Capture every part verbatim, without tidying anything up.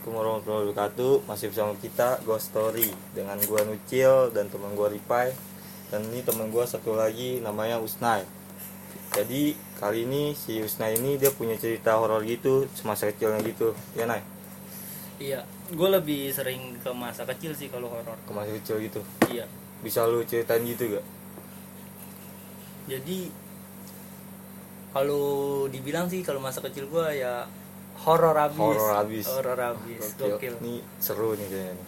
Assalamualaikum warahmatullahi wabarakatuh. Masih bersama kita Ghost Story dengan gua Nucil dan teman gua Ripai. Dan ini teman gua satu lagi namanya Usnai. Jadi kali ini si Usnai ini dia punya cerita horor gitu semasa kecilnya gitu. Ya, Nay? Iya, gue lebih sering ke masa kecil sih kalau horor. Ke masa kecil gitu. Iya. Bisa lu ceritain gitu gak? Jadi kalau dibilang sih kalau masa kecil gue ya horor abis. Horor abis. Horor abis. Gokil. Ini seru nih kayaknya.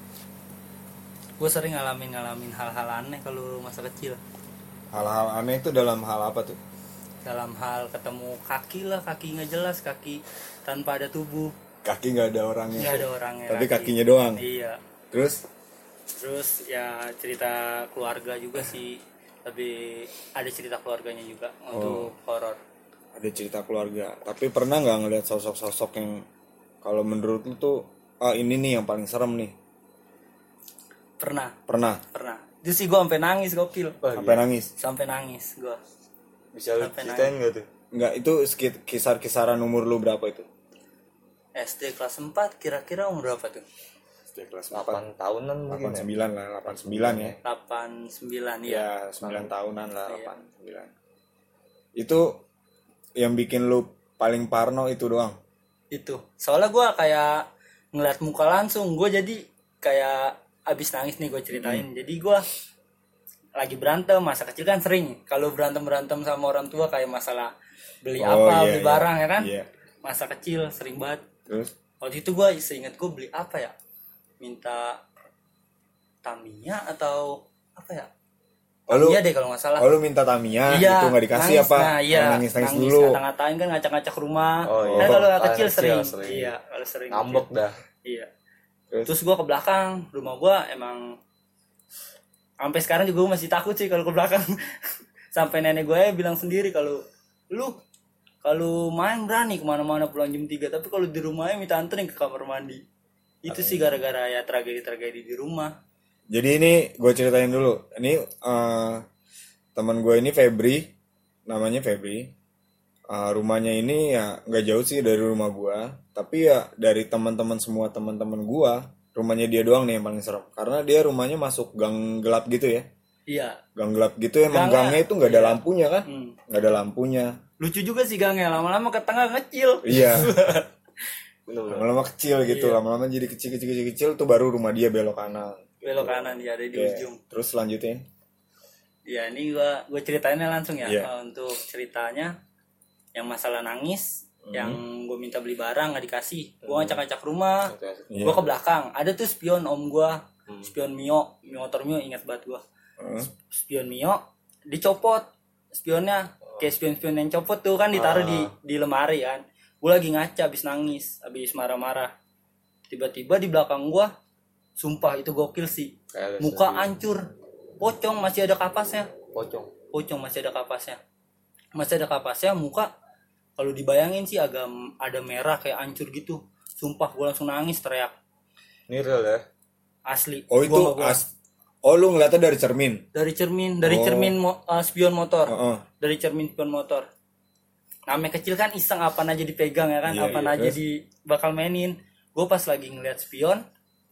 Gue sering ngalamin ngalamin hal-hal aneh kalau masa kecil. Hal-hal aneh itu dalam hal apa tuh? Dalam hal ketemu kaki lah, kaki nggak jelas, kaki tanpa ada tubuh. Kaki nggak ada orangnya. Nggak ada orangnya. Tapi kaki. kakinya doang. Iya. Terus? Terus ya cerita keluarga juga sih. Tapi ada cerita keluarganya juga Oh. untuk horor. Ada cerita keluarga. Tapi pernah nggak ngeliat sosok-sosok yang kalau menurut lu tuh, ah ini nih yang paling serem nih? Pernah. Pernah. Pernah. Itu sih gue sampai nangis gokil. Oh, Sampai iya. nangis. Sampai nangis gue. Bisa lu Sampai ceritain gak tuh? Nggak, itu sekit- kisar-kisaran umur lu berapa itu? S D kelas empat kira-kira umur berapa tuh? S D kelas delapan tahunan mungkin. delapan Ya? sembilan lah, delapan sembilan ya. delapan sembilan ya. Ya, sembilan tahunan lah, Iya. delapan sembilan. Itu yang bikin lu paling parno itu doang. Itu. Soalnya gue kayak ngeliat muka langsung, gue jadi kayak abis nangis nih gue ceritain. Hmm. Jadi gue lagi berantem, masa kecil kan sering. Kalau berantem-berantem sama orang tua kayak masalah beli Oh, apa, iya, beli iya. barang ya kan? Iya. Masa kecil sering banget. Terus? Waktu itu gue seingat gue beli apa ya? Minta Tamiya atau apa ya? Oh, lu- Tamiya deh kalau nggak salah. Oh, lu minta Tamiya, Iya, itu nggak dikasih nangis, apa? Nah, iya, Oh, nangis-nangis nangis, dulu. ngata-ngatain kan ngacak-ngacak rumah. Oh, iya. Kan kalau Oh, kecil kecil sering. sering. Iya, kalau sering. Ngambek kecil. dah. Iya. Terus? Terus gua ke belakang, rumah gua emang sampai sekarang juga gua masih takut sih kalau ke belakang. Sampai nenek gue bilang sendiri kalau lu kalau main berani kemana-mana pulang jam tiga, tapi kalau di rumahnya minta anterin ke kamar mandi. Itu sih gara-gara ya tragedi-tragedi di rumah. Jadi ini gue ceritain dulu. Ini eh, teman gue ini Febri, namanya Febri. Eh, rumahnya ini ya nggak jauh sih dari rumah gue, tapi ya dari teman-teman semua teman-teman gue, rumahnya dia doang nih yang paling serem. Karena dia rumahnya masuk gang gelap gitu ya. Iya. Gang gelap gitu emang Gangnya- gangnya itu nggak ada iya. lampunya kan? Hmm. Nggak ada lampunya. Lucu juga sih gangnya, lama-lama ke tengah ngecil. Iya. Bener-bener. Lama-lama kecil gitu, Iya. lama-lama jadi kecil-kecil-kecil tuh baru rumah dia belok kanan. Belok kanan dia ada di Oke, ujung. terus selanjutnya? Ya ini gua gua ceritainnya langsung ya. Iya. Eh, Untuk ceritanya yang masalah nangis, Hmm. yang gue minta beli barang nggak dikasih, gua ngacak-ngacak rumah, Iya. gua ke belakang, ada tuh spion om gua, Hmm. spion Mio, Mio motor Mio, ingat banget gua. Heeh. Spion Mio dicopot, spionnya kayak spion-spion yang copot tuh kan ditaruh di Ah. di lemari kan. Gua lagi ngaca abis nangis, abis marah-marah. Tiba-tiba di belakang gua, sumpah itu gokil sih. Kayak ada Muka sedih. hancur, pocong masih ada kapasnya. Pocong. Pocong masih ada kapasnya. Masih ada kapasnya, muka kalau dibayangin sih agak ada merah kayak hancur gitu. Sumpah gua langsung nangis teriak. Ini real ya? Asli. Oh Gua itu nggak bohong. as- Oh lu ngeliatnya dari cermin? Dari cermin, dari Oh. cermin mo- uh, spion motor. Heeh. Dari cermin spion motor. Namanya kecil kan iseng apa aja dipegang ya kan, Iya, apa iya, aja terus? di bakal mainin. Gue pas lagi ngeliat spion,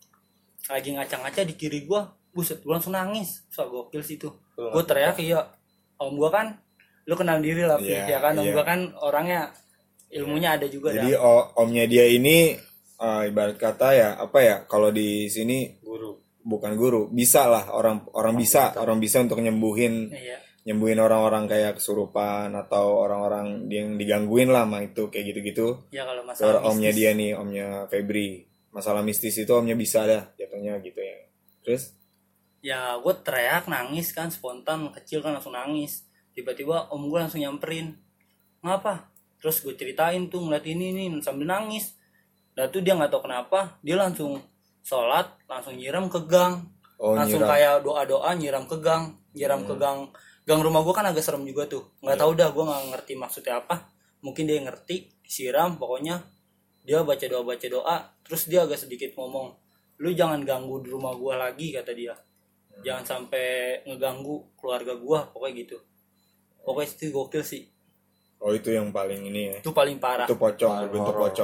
lagi ngaca-ngaca di kiri gue, buset, gue langsung nangis. So gokil sih tuh. Lu Gue nggak teriak iya, om gue kan, lu kenal diri lah, Pi, Iya, ya kan, om iya. gue kan orangnya ilmunya ada juga Jadi dah. o- omnya dia ini eh, ibarat kata ya apa ya kalau di sini Guru. bukan guru, bisa lah orang orang bisa orang bisa untuk nyembuhin Iya, nyembuhin orang-orang kayak kesurupan atau orang-orang yang digangguin lah sama itu kayak gitu-gitu. ya kalau Itu masalah omnya mistis. dia nih, omnya Febri. Masalah mistis itu omnya bisa dah jatuhnya gitu ya. Terus Ya gue teriak nangis kan, spontan kecil kan langsung nangis. Tiba-tiba om gue langsung nyamperin, ngapa? Terus gue ceritain tuh ngeliat ini nih sambil nangis. Dan tuh dia nggak tahu kenapa dia langsung sholat, langsung nyiram ke gang, oh langsung nyiram. kayak doa-doa nyiram ke gang, nyiram ke gang. Gang rumah gue kan agak serem juga tuh, nggak tahu dah gue nggak ngerti maksudnya apa. Mungkin dia ngerti, disiram, pokoknya dia baca doa baca doa. Terus dia agak sedikit ngomong, lu jangan ganggu di rumah gue lagi kata dia. Jangan sampai ngeganggu keluarga gua, pokoknya gitu. Pokoknya itu gokil sih. Oh itu yang paling ini ya. Itu paling parah. Itu pocong, Paling bentuk horor. pocong.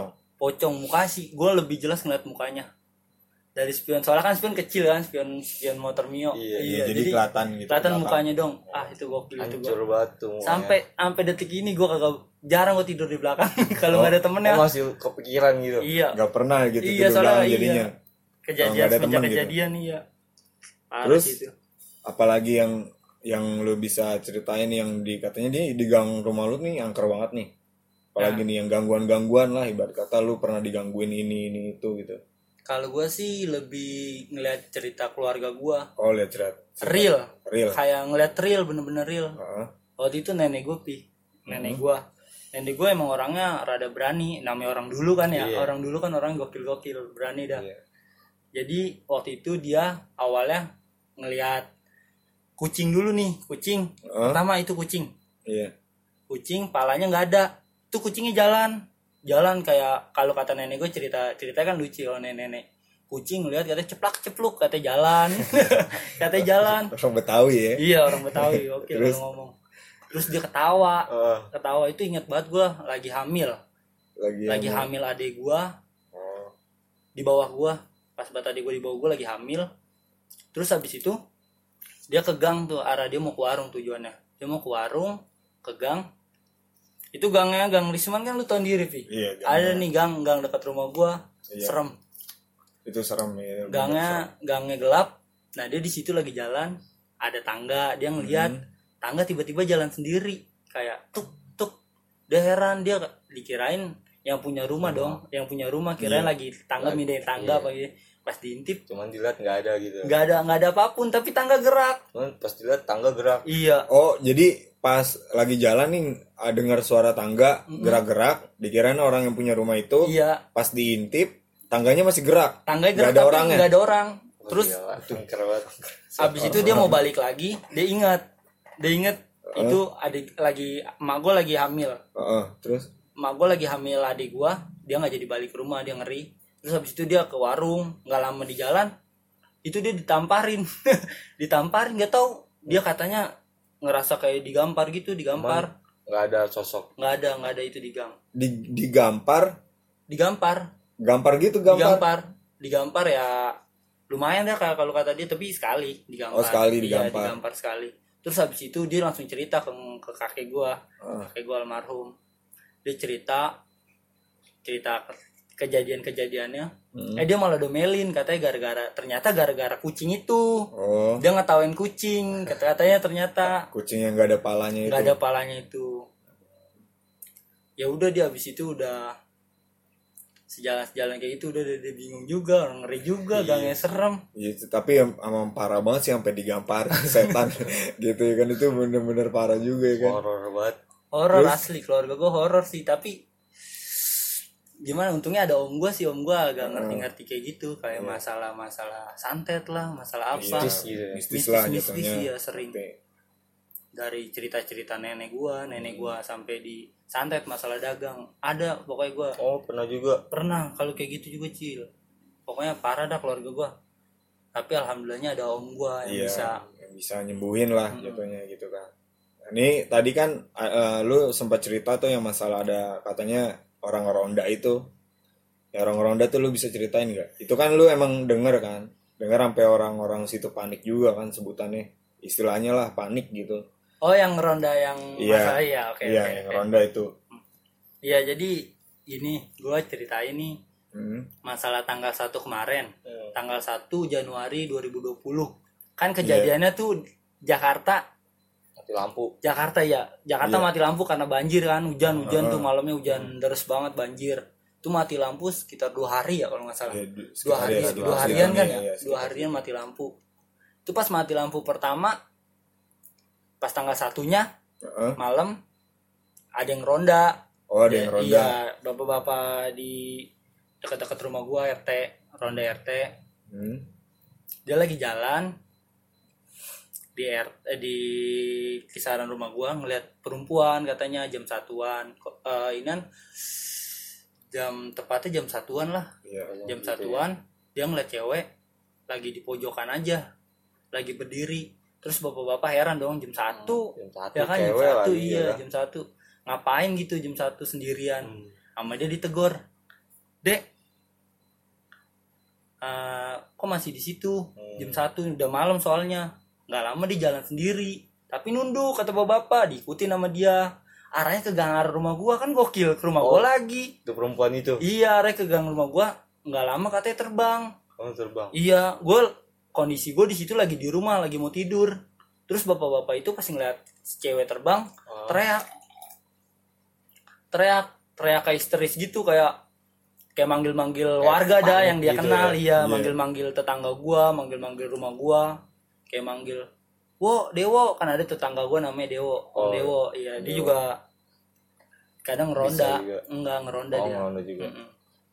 pocong muka sih gue lebih jelas ngeliat mukanya dari spion, soalnya kan spion kecil kan, spion spion motor Mio. Iya, iya, jadi kelihatan gitu kelihatan ke belakang. mukanya dong. Ah itu gokil itu hancur gue banget tuh mukanya. sampai sampai detik ini gue kagak jarang gue tidur di belakang kalau nggak ada temennya. Oh, masih kepikiran gitu. Iya Nggak pernah gitu iya tidur soalnya belakang iya. jadinya. kejadian Kalau nggak ada semenjak temen gitu. kejadian iya. Parah Terus sih itu. apalagi yang yang lu bisa ceritain yang di katanya dia di gang rumah lu nih angker banget nih. Apalagi Nah. nih yang gangguan-gangguan lah ibarat kata lu pernah digangguin ini ini itu gitu. Kalau gue sih lebih ngeliat cerita keluarga gue Oh lihat cerita. real, Real. kayak ngeliat real bener-bener real. Heeh. Waktu itu nenek gue pi, nenek gue, nenek gue emang orangnya rada berani, namanya orang dulu kan ya, Iya. orang dulu kan orang gokil-gokil, berani dah. Iya. Jadi waktu itu dia awalnya ngeliat kucing dulu nih, kucing. Heeh. Pertama itu kucing, Iya. kucing palanya nggak ada, tuh kucingnya jalan, jalan kayak kalau kata nenek gue cerita cerita kan lucu kalau nenek-nenek. Kucing ngeliat katanya ceplak cepluk katanya jalan, katanya jalan. Orang Betawi ya. Iya orang Betawi, oke Terus? kalau ngomong. Terus dia ketawa, Oh, ketawa itu inget banget gue lagi hamil, Lagi lagi yang- hamil adik gue Oh. di bawah gue, pas bat adik gue di bawah gue lagi hamil. Terus habis itu dia ke gang tuh, arah dia mau ke warung tujuannya, dia mau ke warung, ke gang. Itu gangnya gang Risman kan lu tau sendiri Vi. Iya, gang- Ada nih gang gang dekat rumah gue, Iya. serem. Itu serem ya. Gangnya gangnya gelap. Nah dia di situ lagi jalan, ada tangga, dia ngeliat Hmm. tangga tiba-tiba jalan sendiri kayak tuk tuk. Dia heran, dia dikirain yang punya rumah dong, yang punya rumah kirain Iya. lagi tangga Lagi- mindahin tangga iya. apa gitu. Pas diintip cuman dilihat nggak ada gitu. nggak ada nggak ada apapun tapi tangga gerak. Cuman pas dilihat tangga gerak. Iya Oh, jadi pas lagi jalan nih ah, dengar suara tangga gerak-gerak, dikirain orang yang punya rumah itu. iya Pas diintip, tangganya masih gerak. tangga Nggak gerak ada tapi orangnya. nggak ada orang. Terus Gila, keren banget. abis itu dia mau balik lagi, dia ingat dia ingat itu adik lagi emak gue lagi hamil. Heeh, terus Emak gue lagi hamil adik gue, dia nggak jadi balik ke rumah, dia ngeri. Terus habis itu dia ke warung, nggak lama di jalan itu dia ditamparin ditamparin nggak tahu, dia katanya ngerasa kayak digampar gitu, digampar. Nggak ada sosok. Nggak ada nggak ada itu di gang, di digampar, digampar gampar gitu gampar. digampar digampar ya lumayan dah kalau kalau kata dia, tapi sekali digampar. Oh, sekali Iya, digampar. digampar sekali. Terus habis itu dia langsung cerita ke, ke kakek gue, Ah. kakek gue almarhum. Dia cerita cerita ke- kejadian-kejadiannya. Hmm. Eh dia malah domelin katanya gara-gara, ternyata gara-gara kucing itu. Oh, Dia ngetawain kucing, kata katanya ternyata kucing yang nggak ada palanya itu. nggak ada palanya itu. Ya udah dia habis itu udah sejalan-sejalan kayak gitu udah dia, dia bingung juga, orang ngeri juga, gangnya serem. Gitu, tapi yang emang parah banget sih sampai digampar setan gitu ya kan, itu bener-bener parah juga ya kan. Horor banget. Horor Terus? asli, keluarga gue horor sih, tapi gimana untungnya ada om gue sih, om gue agak ngerti-ngerti kayak gitu, kayak masalah-masalah santet lah, masalah apa, Mistis gitu ya. Mistis lah mistis jatuhnya. ya sering. Oke. Dari cerita-cerita nenek gua, nenek gua sampai di santet masalah dagang. Ada pokoknya gua Oh, pernah juga. pernah kalau kayak gitu juga Cil. Pokoknya parah dah keluarga gua. Tapi alhamdulillahnya ada om gua yang Iya, bisa. yang bisa nyembuhin lah jatuhnya gitu kan. Nah, ini tadi kan uh, uh, lu sempat cerita tuh yang masalah ada katanya orang ronda itu. Ya orang ronda tuh lu bisa ceritain nggak? Itu kan lu emang denger kan? Denger sampai orang-orang situ panik juga kan sebutannya. Istilahnya lah panik gitu. Oh yang ronda yang Iya. masalah ya, oke Iya, oke, yang oke. ronda itu. Iya jadi ini gua ceritain nih Hmm. masalah tanggal satu kemarin. Hmm. Tanggal satu Januari dua ribu dua puluh. Kan kejadiannya tuh Jakarta Mati lampu. Jakarta ya, Jakarta Iya. mati lampu karena banjir kan, hujan-hujan tuh malamnya hujan deras banget banjir. Itu mati lampu sekitar dua hari ya kalau nggak salah. Ya, du- Dua sekitar hari, ya, dua sekitar harian sekitar kan ya, ya, ya, dua sekitar harian mati lampu. Itu pas mati lampu pertama, pas tanggal satunya Heeh. malam ada yang ronda. Oh, ada yang ronda. Iya, bapak-bapak di dekat-dekat rumah gua R T, ronda R T. Hmm. Dia lagi jalan di R, eh, di kisaran rumah gua ngelihat perempuan katanya jam satuan. Kok eh, inan jam tepatnya jam satuan lah. Iya. Jam satuan dia ngeliat cewek lagi di pojokan aja, lagi berdiri. Terus bapak-bapak heran dong jam satu. Jam satu Ya kan jam cewek satu lagi iya ya. jam satu ngapain gitu jam satu sendirian. Hmm. Sama dia ditegur, Dek, uh, kok masih di situ? Jam satu udah malam soalnya. Nggak lama di jalan sendiri. Tapi nunduk kata bapak-bapak, diikuti sama dia. Arahnya ke gang arah rumah gua, kan gokil, ke rumah Oh. gua lagi. Itu perempuan itu. Iya, arahnya ke gang rumah gua. Nggak lama katanya terbang. Oh, terbang. Iya, gua kondisi gua di situ lagi di rumah, lagi mau tidur. Terus bapak-bapak itu pas ngeliat si cewek terbang, Oh. teriak. Teriak, teriak kayak histeris gitu, kayak kayak manggil-manggil Kayak warga dah panik yang dia gitu kenal, ya. iya, Iya. manggil-manggil tetangga gua, manggil-manggil rumah gua, kayak manggil, "Wo, Dewo," kan ada tetangga gua namanya Dewo, Om Oh, Dewo, iya, dia Dewo. juga kadang ngeronda, juga. enggak ngeronda Oh, dia. ngeronda juga. Mm-mm.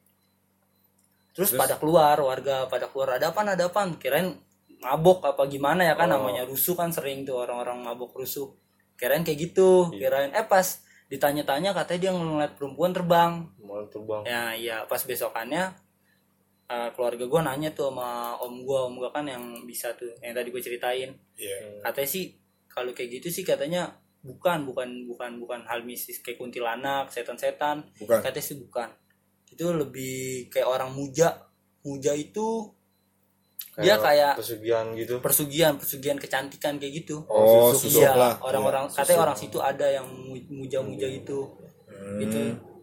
Terus, pada keluar, warga pada keluar, ada apaan, ada apaan, kirain mabok apa gimana ya kan, Oh. namanya rusuh kan sering tuh orang-orang mabok rusuh, kirain kayak gitu, Iya. kirain, eh pas ditanya-tanya katanya dia ngeliat perempuan terbang. Mau terbang. Ya iya, pas besokannya uh, keluarga gue nanya tuh sama om gue, om gue kan yang bisa tuh, yang tadi gue ceritain. Iya. Katanya sih kalau kayak gitu sih katanya bukan, bukan, bukan, bukan hal mistis kayak kuntilanak, setan-setan. Bukan. Katanya sih bukan. Itu lebih kayak orang muja. Muja itu dia kayak pesugihan gitu. persugihan, persugihan kecantikan kayak gitu. Oh, susuk. susuk Iya, lah. orang-orang Iya, katanya susuk. orang situ ada yang mu- muja-muja itu. Hmm. Gitu.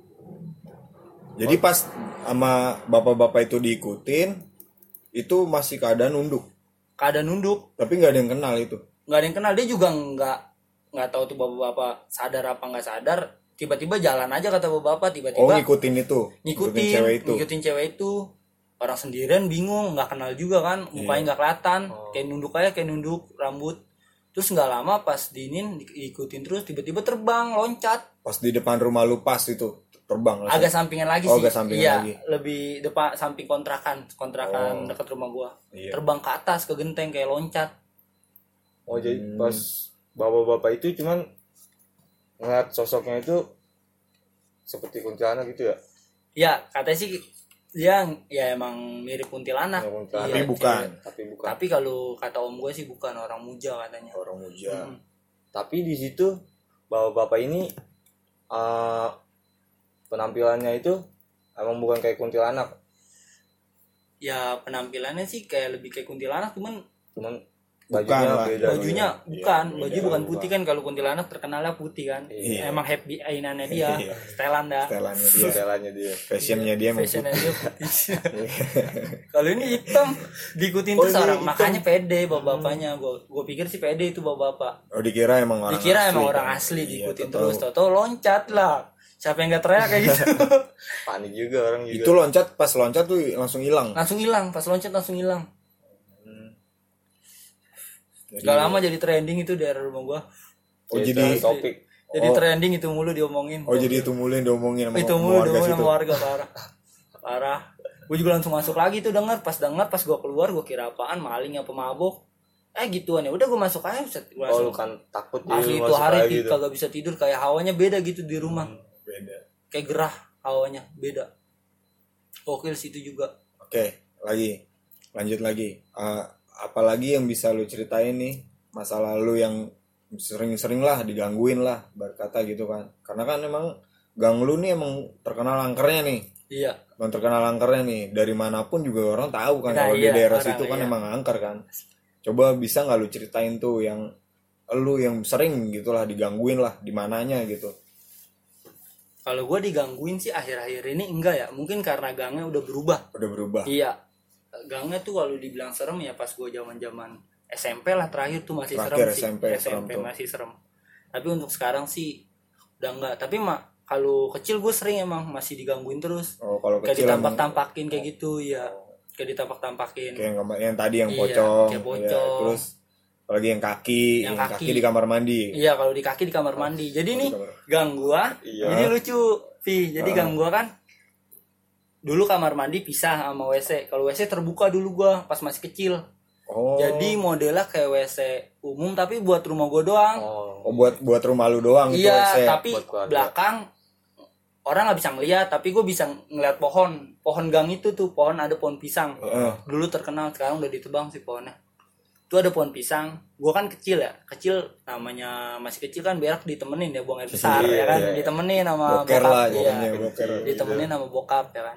Jadi pas sama bapak-bapak itu diikutin, itu masih keadaan nunduk. Keadaan nunduk, Tapi nggak ada yang kenal itu. nggak ada yang kenal, dia juga nggak nggak tahu tuh bapak-bapak sadar apa nggak sadar, tiba-tiba jalan aja kata bapak-bapak, Oh, tiba-tiba ngikutin itu. ngikutin cewek itu. ngikutin cewek itu, orang sendirian bingung, nggak kenal juga kan, mukanya nggak kelihatan, Oh. kayak nunduk aja, kayak nunduk rambut. Terus nggak lama pas diinin diikutin terus, tiba-tiba terbang, loncat, Pas di depan rumah lu pas itu terbang langsung. agak sampingan lagi Oh, sih, agak sampingan iya, lagi. lebih depan samping kontrakan, kontrakan Oh. dekat rumah gua, Iya. terbang ke atas ke genteng kayak loncat. Oh, jadi Hmm. pas bapak-bapak itu cuman ngeliat sosoknya itu seperti kuntilanak gitu ya. Ya katanya sih dia ya emang mirip kuntilanak. Ya, kuntilanak. Tapi Iya, bukan. iya. Tapi bukan. Tapi kalau kata om gue sih bukan, orang muja katanya. Orang muja. Hmm. Tapi di situ bapak-bapak ini eh, penampilannya itu emang bukan kayak kuntilanak, Ya penampilannya sih kayak lebih kayak kuntilanak, cuman cuman Bukan bajunya lah. beda. bajunya iya. bukan, Iya, baju beda, bukan bukan. putih kan, kalau kuntilanak terkenalnya putih kan. Iya. Emang happy ainannya dia, Iya. setelan dah. Setelannya dia. Setelannya dia. Fashionnya dia emang Fashionnya putih. dia putih. Kalau ini hitam, diikutin Oh, terus ini orang, hitam. makanya pede bapak-bapaknya. Gue gue pikir sih pede itu bapak-bapak. Oh, dikira emang orang Dikira asli. emang orang kan? asli, Iya, diikutin tahu. terus, tau-tau loncat lah. Siapa yang gak teriak kayak gitu? Panik juga orang juga. Itu loncat, pas loncat tuh langsung hilang. Langsung hilang, pas loncat langsung hilang. Jadi- Gak lama jadi trending itu di daerah rumah gua. Oh, Jadi jadi topik. Jadi Oh. trending itu mulu diomongin. Oh, jadi itu mulai diomongin sama, itu sama mulu warga diomongin situ. sama warga, parah. Parah. Gue juga langsung masuk lagi tuh, denger, pas denger, pas gua keluar gua kira apaan, maling apa mabok. Eh gituan ya. Udah gua masuk aja, set. Gua Oh, lu langsung kan takut jadi asli lu itu masuk hari lagi ti- gitu. kagak bisa tidur, kayak hawanya beda gitu di rumah. Beda. Kayak gerah hawanya, beda. Gokil situ juga. Oke, lagi. Lanjut lagi. Eh, apalagi yang bisa lu ceritain nih masa lalu yang sering-sering lah digangguin lah berkata gitu kan. Karena kan emang gang lu nih emang terkenal angkernya nih. Iya. Emang terkenal angkernya nih. Dari manapun juga orang tahu kan Nah, kalau iya, di daerah orang, situ kan iya. emang angker kan. Coba bisa nggak lu ceritain tuh yang lu yang sering gitulah digangguin lah di mananya gitu. Kalau gue digangguin sih akhir-akhir ini enggak ya, mungkin karena gangnya udah berubah. Udah berubah. Iya, gangnya tuh kalau dibilang serem ya pas gue zaman-zaman S M P lah, terakhir tuh masih Terakhir serem sih. S M P serem tuh. masih serem. Tapi untuk sekarang sih udah enggak. Tapi mak kalau kecil gue sering emang masih digangguin terus. Oh, kalau Kayak kecil emang ditampak-tampakin kayak gitu ya. Kayak ditampak-tampakin. kayak yang, kema- yang tadi yang Iya, pocong, kayak ya. pocong. Terus apalagi yang kaki, Yang yang, kaki. kaki. di kamar mandi. Iya, kalau di kaki di kamar mandi. Jadi nih kamar. gang gua, Iya. ini lucu, Vi. Jadi Ah. gang gua kan dulu kamar mandi pisah sama W C. Kalau W C terbuka dulu gua pas masih kecil. Oh. Jadi modelnya kayak W C umum tapi buat rumah gua doang. Oh, Oh, buat buat rumah lu doang itu W C. Iya, tapi buat keluarga. belakang orang nggak bisa ngeliat, tapi gue bisa ngeliat pohon, pohon gang itu tuh, pohon ada pohon pisang. Heeh. Dulu terkenal, sekarang udah ditebang sih pohonnya. Itu ada pohon pisang. Gue kan kecil ya, kecil namanya masih kecil kan berak ditemenin ya, buang air besar Iya, ya kan, iya. ditemenin sama Boker bokap, lah iya. pokoknya, boker. Ditemenin sama bokap ya kan.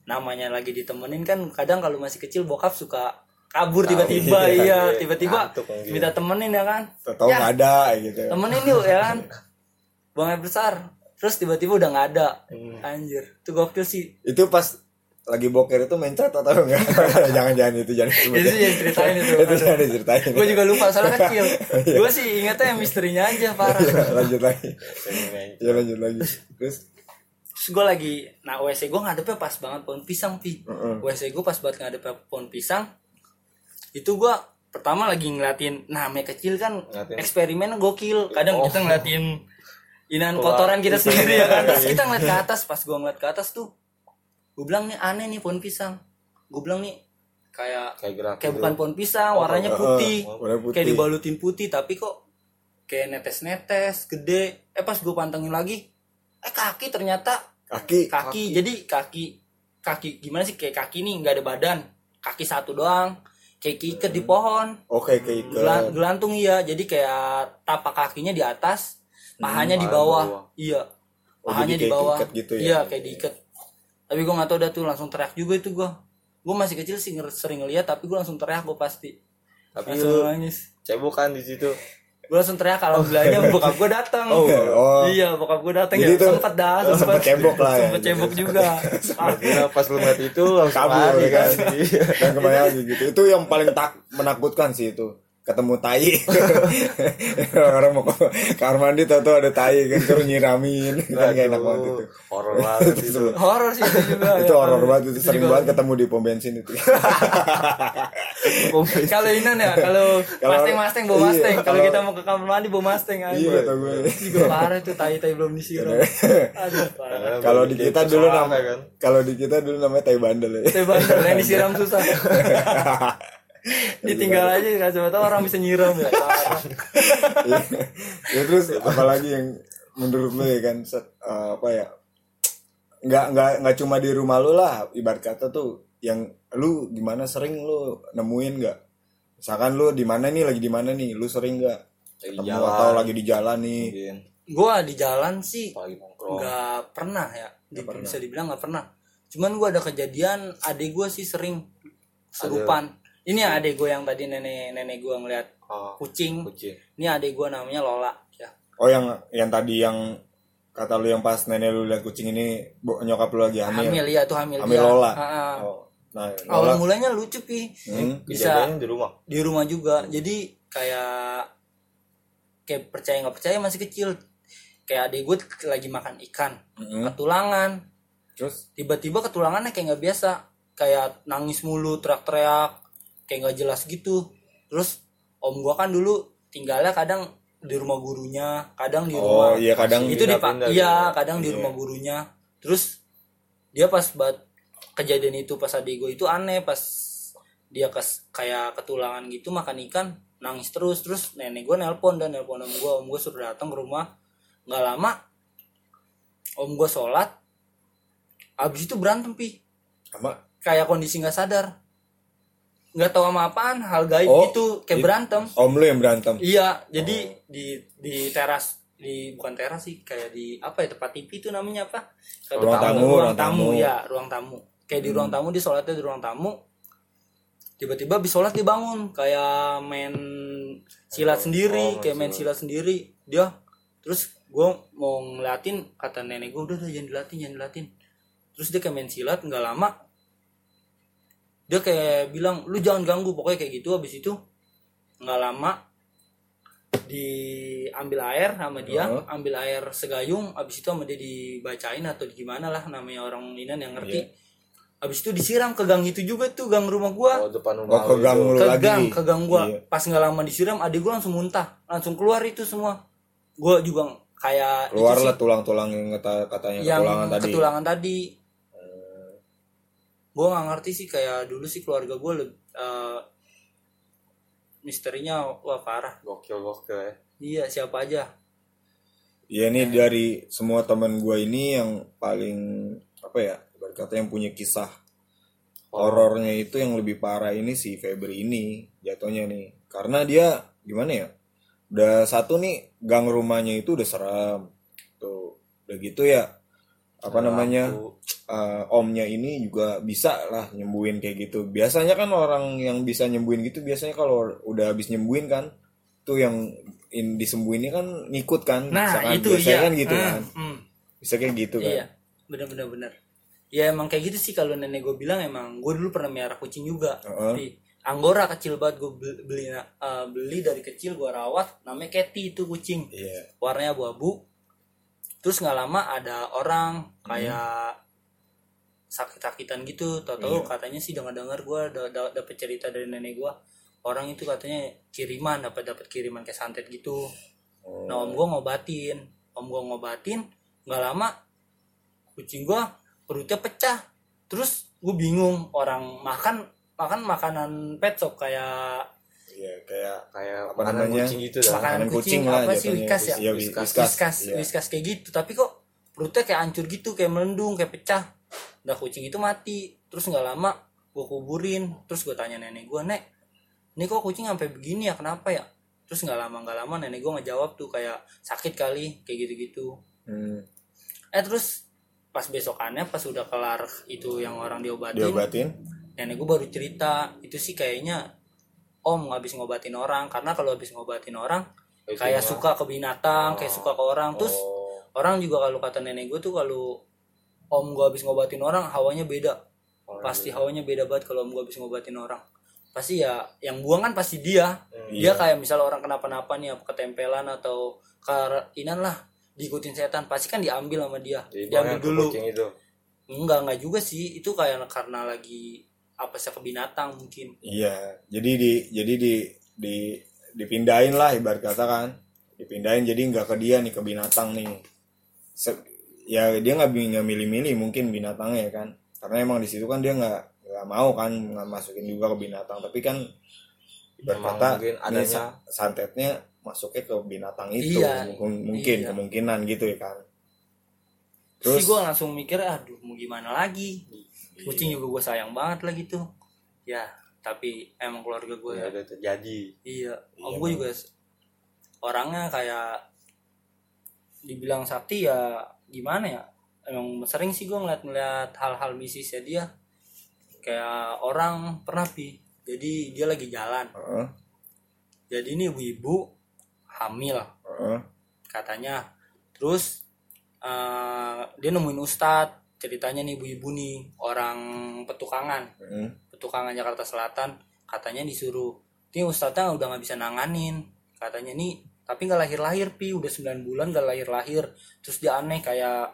namanya lagi ditemenin kan kadang kalau masih kecil bokap suka kabur tiba-tiba iya tiba-tiba minta temenin ya kan tahu nggak ya, ada gitu temenin yuk ya kan buang air besar terus tiba-tiba udah nggak ada anjir itu gokil sih itu pas lagi boker itu main cat atau enggak jangan-jangan itu jangan itu yang ceritain itu itu jangan diceritain gue juga lupa soalnya kecil gue sih ingetnya yang misterinya aja parah lanjut lagi ya lanjut lagi terus terus gue lagi nah W C gue ngadepnya pas banget pohon pisang pi uh-uh. W C gue pas banget ngadepnya pohon pisang itu gue pertama lagi ngeliatin nah namanya kecil kan ngeliatin. Eksperimen gokil kadang oh. kita ngeliatin inan kotoran kita sendiri ya kan terus kita ngeliat ke atas pas gue ngeliat ke atas tuh gue bilang nih aneh nih pohon pisang gue bilang nih kayak kayak, kayak bukan pohon pisang oh, warnanya putih, uh, uh, putih kayak dibalutin putih tapi kok kayak netes-netes gede eh pas gue pantengin lagi eh kaki ternyata kaki kaki, kaki. jadi kaki kaki gimana sih kayak kaki nih nggak ada badan kaki satu doang kayak keiket di pohon. Oke, okay, keiket. Gelan, gelantung iya. Jadi kayak tapak kakinya di atas, pahanya hmm, di bawah. bawah. Iya. Pahanya oh, di bawah. Gitu ya? Iya, kayak diikat. Tapi gue enggak tahu dah tuh langsung teriak juga itu gue. Gue masih kecil sih sering ngeliat tapi gue langsung teriak gue pasti. Tapi langsung nangis. Cebok kan di situ. Gue langsung teriak kalau belanja bokap gue datang. Oh, oh. Iya, bokap gue datang ya. Sempet dah, sempet cebok lah ya. Sempet cebok juga. Akhirnya pas lu ngeliat itu langsung lari kan. Dan kembali lagi gitu. Itu yang paling tak menakutkan sih itu. Ketemu tai. Orang mau ke kamar mandi tau ada tai kan suruh nyiramin. Kan gak enak banget itu. Horor banget itu. Horor sih itu juga. Itu horor banget itu sering banget ketemu di pom bensin itu. Kalau Inan ya, kalau Mustang-Mustang bawa Mustang. Kalau kita mau ke kamar mandi bawa Mustang aja. Iya kata gue. Juga parah itu tai-tai belum disiram. Aduh parah. Kalau di kita dulu namanya kalau di kita dulu namanya tai bandel ya. Tai bandel yang disiram susah. Ditinggal aja nggak coba tahu orang bisa nyiram ya. ya, ya terus apalagi yang menurut lu ya kan uh, apa ya nggak nggak nggak cuma di rumah lu lah ibarat kata tuh yang lu gimana sering lu nemuin nggak misalkan lu di mana nih lagi di mana nih lu sering nggak ketemu atau lagi di jalan nih mungkin. Gua di jalan sih nggak pernah ya di, pernah. Bisa dibilang nggak pernah cuman gua ada kejadian adik gua sih sering serupan ada. Ini adek gue yang tadi nenek nenek gue ngeliat oh, kucing. kucing. Ini adek gue namanya Lola. Ya. Oh yang yang tadi yang kata lu yang pas nenek lu lihat kucing ini nyokap lu lagi hamil. Hamil ya tuh hamil. Hamil dia. Lola. Oh. Nah, awal mulanya lucu pi. Hmm, bisa di rumah. Di rumah juga. Jadi kayak kayak percaya nggak percaya masih kecil. Kayak adek gue lagi makan ikan, hmm. ketulangan. Terus tiba-tiba ketulangannya kayak nggak biasa. Kayak nangis mulu, teriak-teriak. Kayak nggak jelas gitu. Terus om gua kan dulu tinggalnya kadang di rumah gurunya, kadang di rumah. Oh iya kadang itu di Pak. Iya kadang di rumah gurunya. Terus dia pas buat kejadian itu pas adik gua itu aneh pas dia kes, kayak ketulangan gitu makan ikan nangis terus terus nenek gua nelpon dan nelpon om gua om gua suruh datang ke rumah. Nggak lama om gua sholat. Abis itu berantem pi. Apa? Kayak kondisi nggak sadar. Nggak tahu sama apaan hal gaib oh, gitu kayak berantem om lu yang berantem iya jadi oh. di di teras di bukan teras sih kayak di apa ya tempat T V itu namanya apa kayak ruang tamu ruang, ruang tamu, tamu ya ruang tamu kayak hmm. di ruang tamu di sholatnya di ruang tamu tiba-tiba habis sholat dia bangun kayak main silat oh, sendiri oh, kayak main silat sendiri dia terus gue mau ngeliatin kata nenek gue udah udah jangan dilatin jangan dilatin terus dia kayak main silat nggak lama dia kayak bilang lu jangan ganggu pokoknya kayak gitu. Habis itu nggak lama diambil air sama dia uh-huh. ambil air segayung habis itu sama dia dibacain atau gimana lah namanya orang Inan yang ngerti yeah. Habis itu disiram ke gang itu juga tuh gang rumah gua oh, depan rumah oh, ke gang ke lagi. gang ke gang gua yeah. Pas nggak lama disiram adik gua langsung muntah langsung keluar itu semua gua juga kayak keluar lah tulang-tulang yang kata katanya yang ketulangan tadi ketulangan tadi gue nggak ngerti sih kayak dulu sih keluarga gue uh, misterinya wah parah gokil gokil ya iya siapa aja iya nih eh. Dari semua teman gue ini yang paling apa ya berkata yang punya kisah oh. horornya itu yang lebih parah ini si Febri ini jatuhnya nih karena dia gimana ya udah satu nih gang rumahnya itu udah seram tuh udah gitu ya apa namanya uh, omnya ini juga bisa lah nyembuhin kayak gitu. Biasanya kan orang yang bisa nyembuhin gitu biasanya kalau udah habis nyembuhin kan tuh yang in, disembuhinnya kan ngikut kan. Nah Misalkan, itu biasanya iya kan gitu Hmm, kan hmm. bisa kayak gitu kan. Iya benar-benar benar. Ya emang kayak gitu sih kalau nenek gue bilang. Emang gue dulu pernah melihara kucing juga. Uh-uh. Di Anggora kecil banget gue beli beli, uh, beli dari kecil gue rawat. Namanya Cathy itu kucing. Iya. Warnanya abu-abu. Terus nggak lama ada orang kayak sakit-sakitan gitu. Tahu-tahu Iya. katanya sih dengar-dengar gue da- da- dapet cerita dari nenek gue. Orang itu katanya kiriman, dapat dapat kiriman kayak santet gitu. Oh. Nah om gue ngobatin, om gue ngobatin, nggak lama kucing gue perutnya pecah. Terus gue bingung, orang makan makan makanan pet shop kayak Iya kayak kayak apa makanan namanya? kucing gitu dah. makanan Makanan kucing, kucing lah apa sih jatuhnya. Whiskas ya? Iya, Whiskas. Whiskas. Whiskas, Iya. Whiskas kayak gitu. Tapi kok perutnya kayak hancur gitu, kayak melendung, kayak pecah. Nah kucing itu mati. Terus nggak lama gue kuburin. Terus gue tanya nenek gue, nek, ini kok kucing sampai begini ya? Kenapa ya? Terus nggak lama nggak lama nenek gue ngejawab tuh kayak sakit kali, kayak gitu-gitu. Hmm. Eh terus pas besokannya pas udah kelar itu yang orang diobatin, Diobatin. nenek gue baru cerita itu sih kayaknya om habis ngobatin orang. Karena kalau habis ngobatin orang Itu kayak mah. suka ke binatang, Oh. kayak suka ke orang. Terus Oh. orang juga kalau kata nenek gue tuh kalau om gue habis ngobatin orang hawanya beda. Oh, Pasti iya. hawanya beda banget kalau om gue habis ngobatin orang. Pasti ya yang buang kan pasti dia. Hmm. Dia Iya. kayak misal orang kenapa-napa nih, apa ketempelan atau karinan lah, diikutin setan, pasti kan diambil sama dia. Jadi Diambil buangnya ke dulu. kucing itu. Enggak, enggak juga sih. Itu kayak karena lagi apa sih ke binatang mungkin. Iya, jadi di jadi di di dipindahin lah ibarat kata kan, dipindahin jadi nggak ke dia nih, ke binatang nih. Se- ya dia nggak bi- nggak milih-milih mungkin binatangnya kan, karena emang di situ kan dia nggak nggak mau kan nggak masukin juga ke binatang, tapi kan ibarat Emang kata mungkin nih, adanya- sa- santetnya masuknya ke binatang itu, Iya, mungkin, mungkin iya. kemungkinan gitu ya kan. Terus Terus gue langsung mikir, aduh mau gimana lagi. Kucing juga gue sayang banget lah gitu. Ya, tapi emang keluarga gue Ya ya. udah terjadi. Iya, om Iya, gue Bang. juga s- orangnya kayak dibilang sakti ya gimana ya. Emang sering sih gue ngeliat-ngeliat hal-hal mistisnya dia. Kayak orang pernah pi. Jadi dia lagi jalan. Heeh, Jadi ini ibu-ibu hamil heeh, katanya. Terus eh, dia nemuin ustadz. Ceritanya nih ibu-ibu nih orang Petukangan, heeh. Petukangan Jakarta Selatan. Katanya disuruh, ini ustadznya udah nggak bisa nanganin. Katanya nih, tapi nggak lahir-lahir pi, udah sembilan bulan nggak lahir-lahir. Terus dia aneh kayak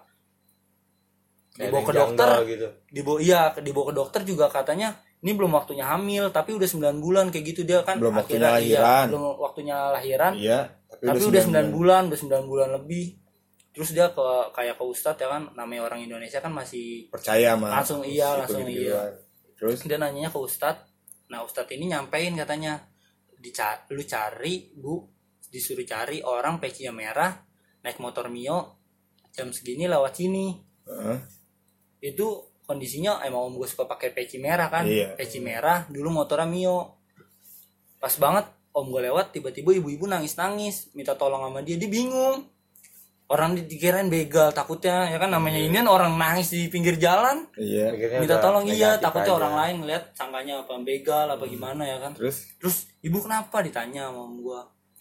Kayak dibawa ada ke yang dokter, janggal gitu. dibawa iya dibawa ke dokter juga katanya ini belum waktunya hamil, tapi udah sembilan bulan kayak gitu dia kan. Belum waktunya akhirnya, iya, lahiran. belum waktunya lahiran. Iya, tapi, Tapi udah sembilan bulan, udah sembilan bulan lebih. Terus dia ke kayak ke ustadz ya kan, namanya orang Indonesia kan masih percaya mah langsung iya, langsung iya. Terus Dia nanyanya ke ustadz. Nah ustadz ini nyampein katanya, Dica- lu cari bu, disuruh cari orang pecinya merah naik motor Mio jam segini lewat sini. heeh, Itu kondisinya emang om gue suka pakai peci merah kan. Iya. Peci merah dulu motornya Mio. Pas banget om gue lewat, tiba-tiba ibu-ibu nangis-nangis minta tolong sama dia. Dia bingung, orang dikirain begal, takutnya ya kan, namanya ini kan orang nangis di pinggir jalan iya. Pikirnya minta udah tolong. Iya, negatif takutnya aja. orang lain ngeliat sangkanya apa begal apa gimana ya kan. Terus Terus ibu kenapa ditanya sama om gua.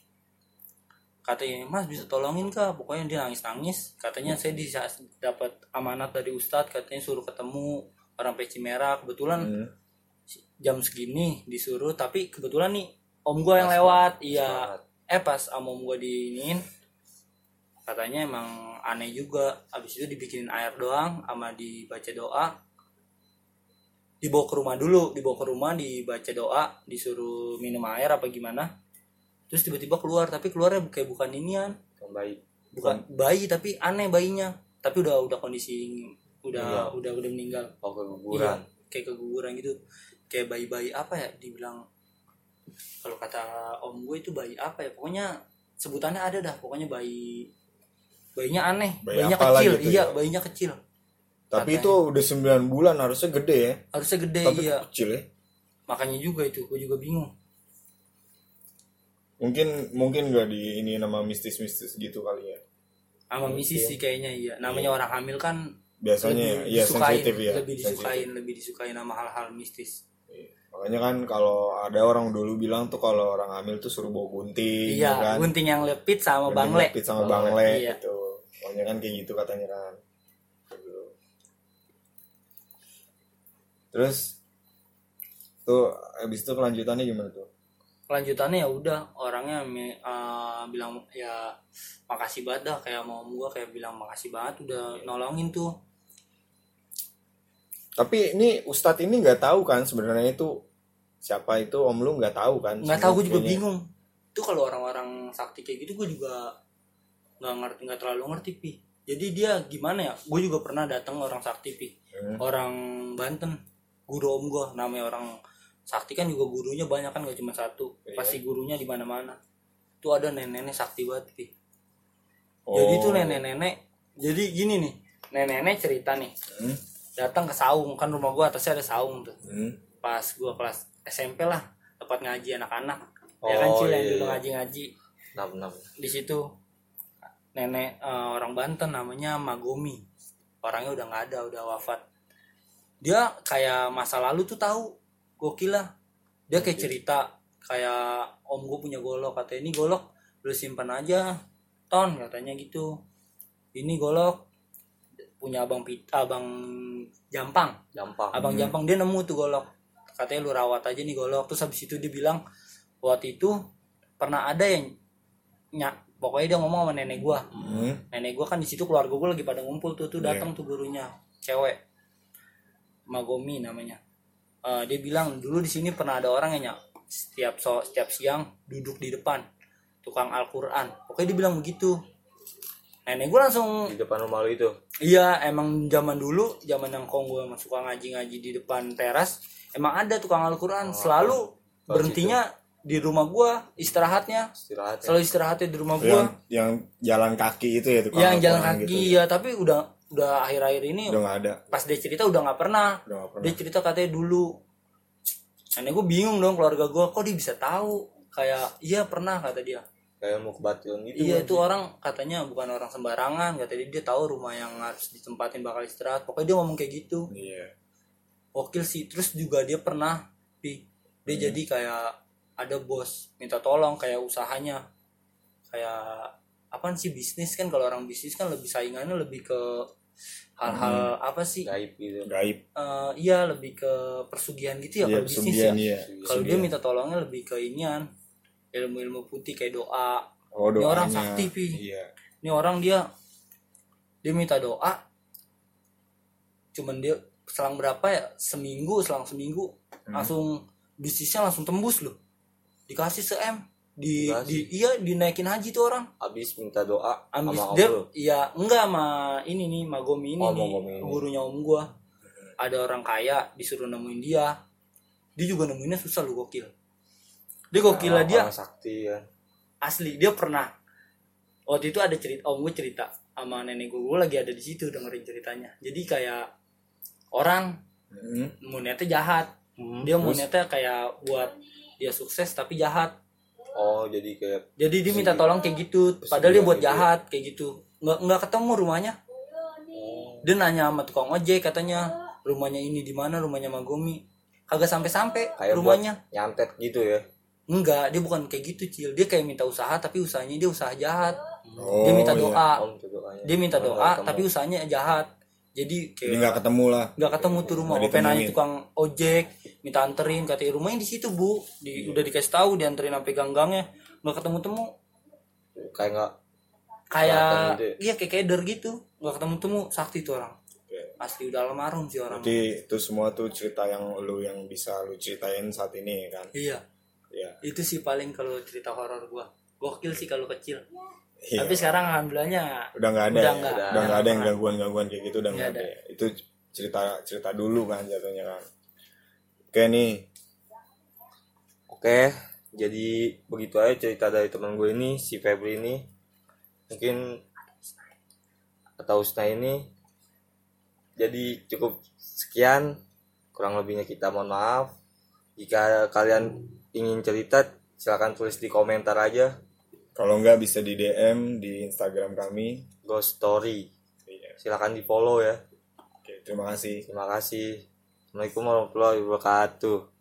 Katanya, mas bisa tolongin kah? Pokoknya dia nangis-nangis. Katanya saya bisa dapat amanat dari ustadz, katanya suruh ketemu orang peci merah. Kebetulan hmm, jam segini disuruh, tapi kebetulan nih om gua yang Pas lewat. banget, Iya. pas banget. Eh pas sama om gua diinin, katanya emang aneh juga. Abis itu dibikinin air doang sama dibaca doa. Dibawa ke rumah dulu, dibawa ke rumah dibaca doa, disuruh minum air apa gimana. Terus tiba-tiba keluar, tapi keluarnya kayak bukan inian, Yang baik. bukan bayi, tapi aneh bayinya. Tapi udah udah kondisi udah Iya. udah udah meninggal. Oh keguguran. Iya, kayak keguguran gitu. Kayak bayi-bayi apa ya dibilang, kalau kata om gue itu bayi apa ya, pokoknya sebutannya ada dah, pokoknya bayi bayinya aneh, Bayi bayinya apalah kecil. gitu Iya, ya. bayinya kecil. tapi Katanya. itu udah sembilan bulan harusnya gede ya. Harusnya gede. Tapi Iya, kecil ya. makanya juga itu gue juga bingung. Mungkin mungkin nggak di ini nama mistis-mistis gitu kali ya. Sama misi sih kayaknya. Iya, namanya orang hamil kan biasanya ya, lebih iya disukain, sensitif ya. lebih sensitif. disukain, lebih disukain sama hal-hal mistis. Makanya kan kalau ada orang dulu bilang tuh kalau orang hamil tuh suruh bawa gunting, Iya, kan? gunting yang lepit sama Gunting bangle. lepit sama bangle Iya. gitu. Pokoknya kan kayak gitu katanya kan. Terus tuh habis itu kelanjutannya gimana tuh? Kelanjutannya ya udah orangnya uh, bilang ya makasih banget dah, kayak mau gua kayak bilang makasih banget udah nolongin tuh. Tapi ini Ustadz ini nggak tahu kan sebenarnya itu siapa itu om lu nggak tahu kan? Nggak tahu, gue juga sebenarnya. bingung. Itu kalau orang-orang sakti kayak gitu gue juga nggak ngerti, nggak terlalu ngerti pi. Jadi dia gimana ya? Gue juga pernah datang orang sakti pi, Hmm. orang Banten, guru om gue, namanya orang sakti kan juga gurunya banyak kan, gak cuma satu. Iya. Pasti gurunya di mana-mana. Tuh ada nenek-nenek sakti banget pi. Oh. Jadi tuh nenek-nenek, jadi gini nih, nenek-nenek cerita nih. Hmm. Datang ke saung, kan rumah gua atasnya ada saung tuh. Hmm. Pas gua kelas S M P lah, tempat ngaji anak-anak. Ya kan Oh, Cil, yang iya, dulu iya. ngaji-ngaji enam enam. di situ. Nenek eh, orang Banten namanya Magomi. Orangnya udah nggak ada, udah wafat. Dia kayak masa lalu tuh tahu, gokil lah. Dia kayak cerita kayak om gua punya golok, katanya ini golok lu simpan aja, Ton, katanya gitu. Ini golok punya abang Pit, abang Jampang. Gampang. Abang Jampang dia nemu tuh golok. Katanya lu rawat aja nih golok. Terus habis itu dia bilang waktu itu pernah ada yang nyak, pokoknya dia ngomong sama nenek gua. Hmm. Nenek gua kan di situ, keluarga gua lagi pada ngumpul tuh, tuh datang tuh gurunya, cewek. Magomi namanya. Eh, dia bilang dulu di sini pernah ada orang yang nyak, setiap so, setiap siang duduk di depan tukang Al-Qur'an. Pokoknya dia bilang begitu. Nenek gue langsung, Di depan rumah lu itu. iya emang zaman dulu, zaman yang kong gue suka ngaji-ngaji di depan teras, emang ada tukang Al-Quran. Selalu berhentinya di rumah gue, istirahatnya Istirahat. selalu istirahatnya di rumah gue. Yang yang jalan kaki itu ya tukang Yang jalan Al-Quran kaki gitu. ya, tapi udah udah akhir-akhir ini Udah nggak ada. pas dia cerita udah nggak pernah. Udah nggak pernah. Dia cerita katanya dulu. Nenek gue bingung dong, keluarga gue kok dia bisa tahu. Kayak iya pernah kata dia. Kayak mau kebatilan gitu. Iya kan. itu orang katanya bukan orang sembarangan, katanya dia tahu rumah yang harus ditempatin bakal istirahat. Pokoknya dia ngomong kayak gitu. Iya. Wakil sih. Terus juga dia pernah pi dia Hmm. jadi kayak ada bos minta tolong kayak usahanya, kayak apaan sih, bisnis kan. Kalau orang bisnis kan lebih saingannya lebih ke hal-hal apa sih, Gaib gitu. Gaib. Eh, iya lebih ke persugihan gitu ya. Iya, Kalau bisnis pesugihan ya, iya. kalau dia minta tolongnya lebih ke inian, ilmu-ilmu putih kayak doa. Oh, Ini orang doanya. sakti, Pi. Iya. Ini orang dia dia minta doa, cuman dia selang berapa ya, seminggu, selang seminggu Hmm. langsung bisnisnya langsung tembus loh, dikasih se-em di, Dikasih. di iya dinaikin haji tuh orang. Habis minta doa Ambis sama om dia lu. iya enggak sama ini nih Magomi ini Oh, nih Magomi ini. gurunya om gua. Ada orang kaya disuruh nemuin dia, dia juga nemuinnya susah lu, gokil. Dia gokil lah Orang- dia orang sakti kan. asli. Dia pernah waktu itu ada cerita, om gue cerita sama nenek gue, gue lagi ada di situ dengerin ceritanya. Jadi kayak orang Hmm. mau niatnya jahat, dia mau niatnya kayak buat dia sukses tapi jahat. Oh, jadi kayak Jadi dia minta tolong kayak gitu, padahal dia buat gitu ya. jahat kayak gitu. Nggak nggak ketemu rumahnya. Dia nanya sama tukang ojek, katanya rumahnya ini di mana, rumahnya Magomi. Kagak sampai-sampai kayak rumahnya. buat nyantet gitu ya. Enggak, dia bukan kayak gitu, Cil. Dia kayak minta usaha tapi usahanya dia usaha jahat. Oh, Dia minta iya. doa. Om tuh doanya. Dia minta Orang doa nggak ketemu. tapi usahanya jahat. Jadi Jadi kayak nggak ketemu lah. nggak ketemu tuh rumah. Nggak Ope nanya ditemuin. tukang ojek, minta anterin, katanya rumahnya di situ bu. Di, Udah dikasih tahu, dianterin sampai gang-gangnya, nggak ketemu temu. kayak nggak Kayak Kelihatan gitu ya? iya kayak keder gitu, nggak ketemu temu. Sakti tuh orang. Asli udah almarhum sih orang. Jadi itu semua tuh cerita yang lu yang bisa lu ceritain saat ini kan. Iya, Iya. itu sih paling kalau cerita horor gua. Gokil sih kalau kecil. Iya. Tapi sekarang alhamdulillahnya udah nggak ada udah ya? nggak. udah nggak ada yang gangguan-gangguan kayak gitu, udah Nggak nggak ada. ada. ya? Itu cerita cerita dulu kan jatuhnya kan. Oke nih. Oke, jadi begitu aja cerita dari teman gue ini, si Febri ini. Mungkin atau Usna ini. Jadi cukup sekian, kurang lebihnya kita mohon maaf. Jika kalian ingin cerita, silakan tulis di komentar aja. Kalau nggak bisa di D M di Instagram kami. Ghost Story. Iya. Silakan di follow ya. terima kasih. Terima kasih. Assalamualaikum warahmatullahi wabarakatuh.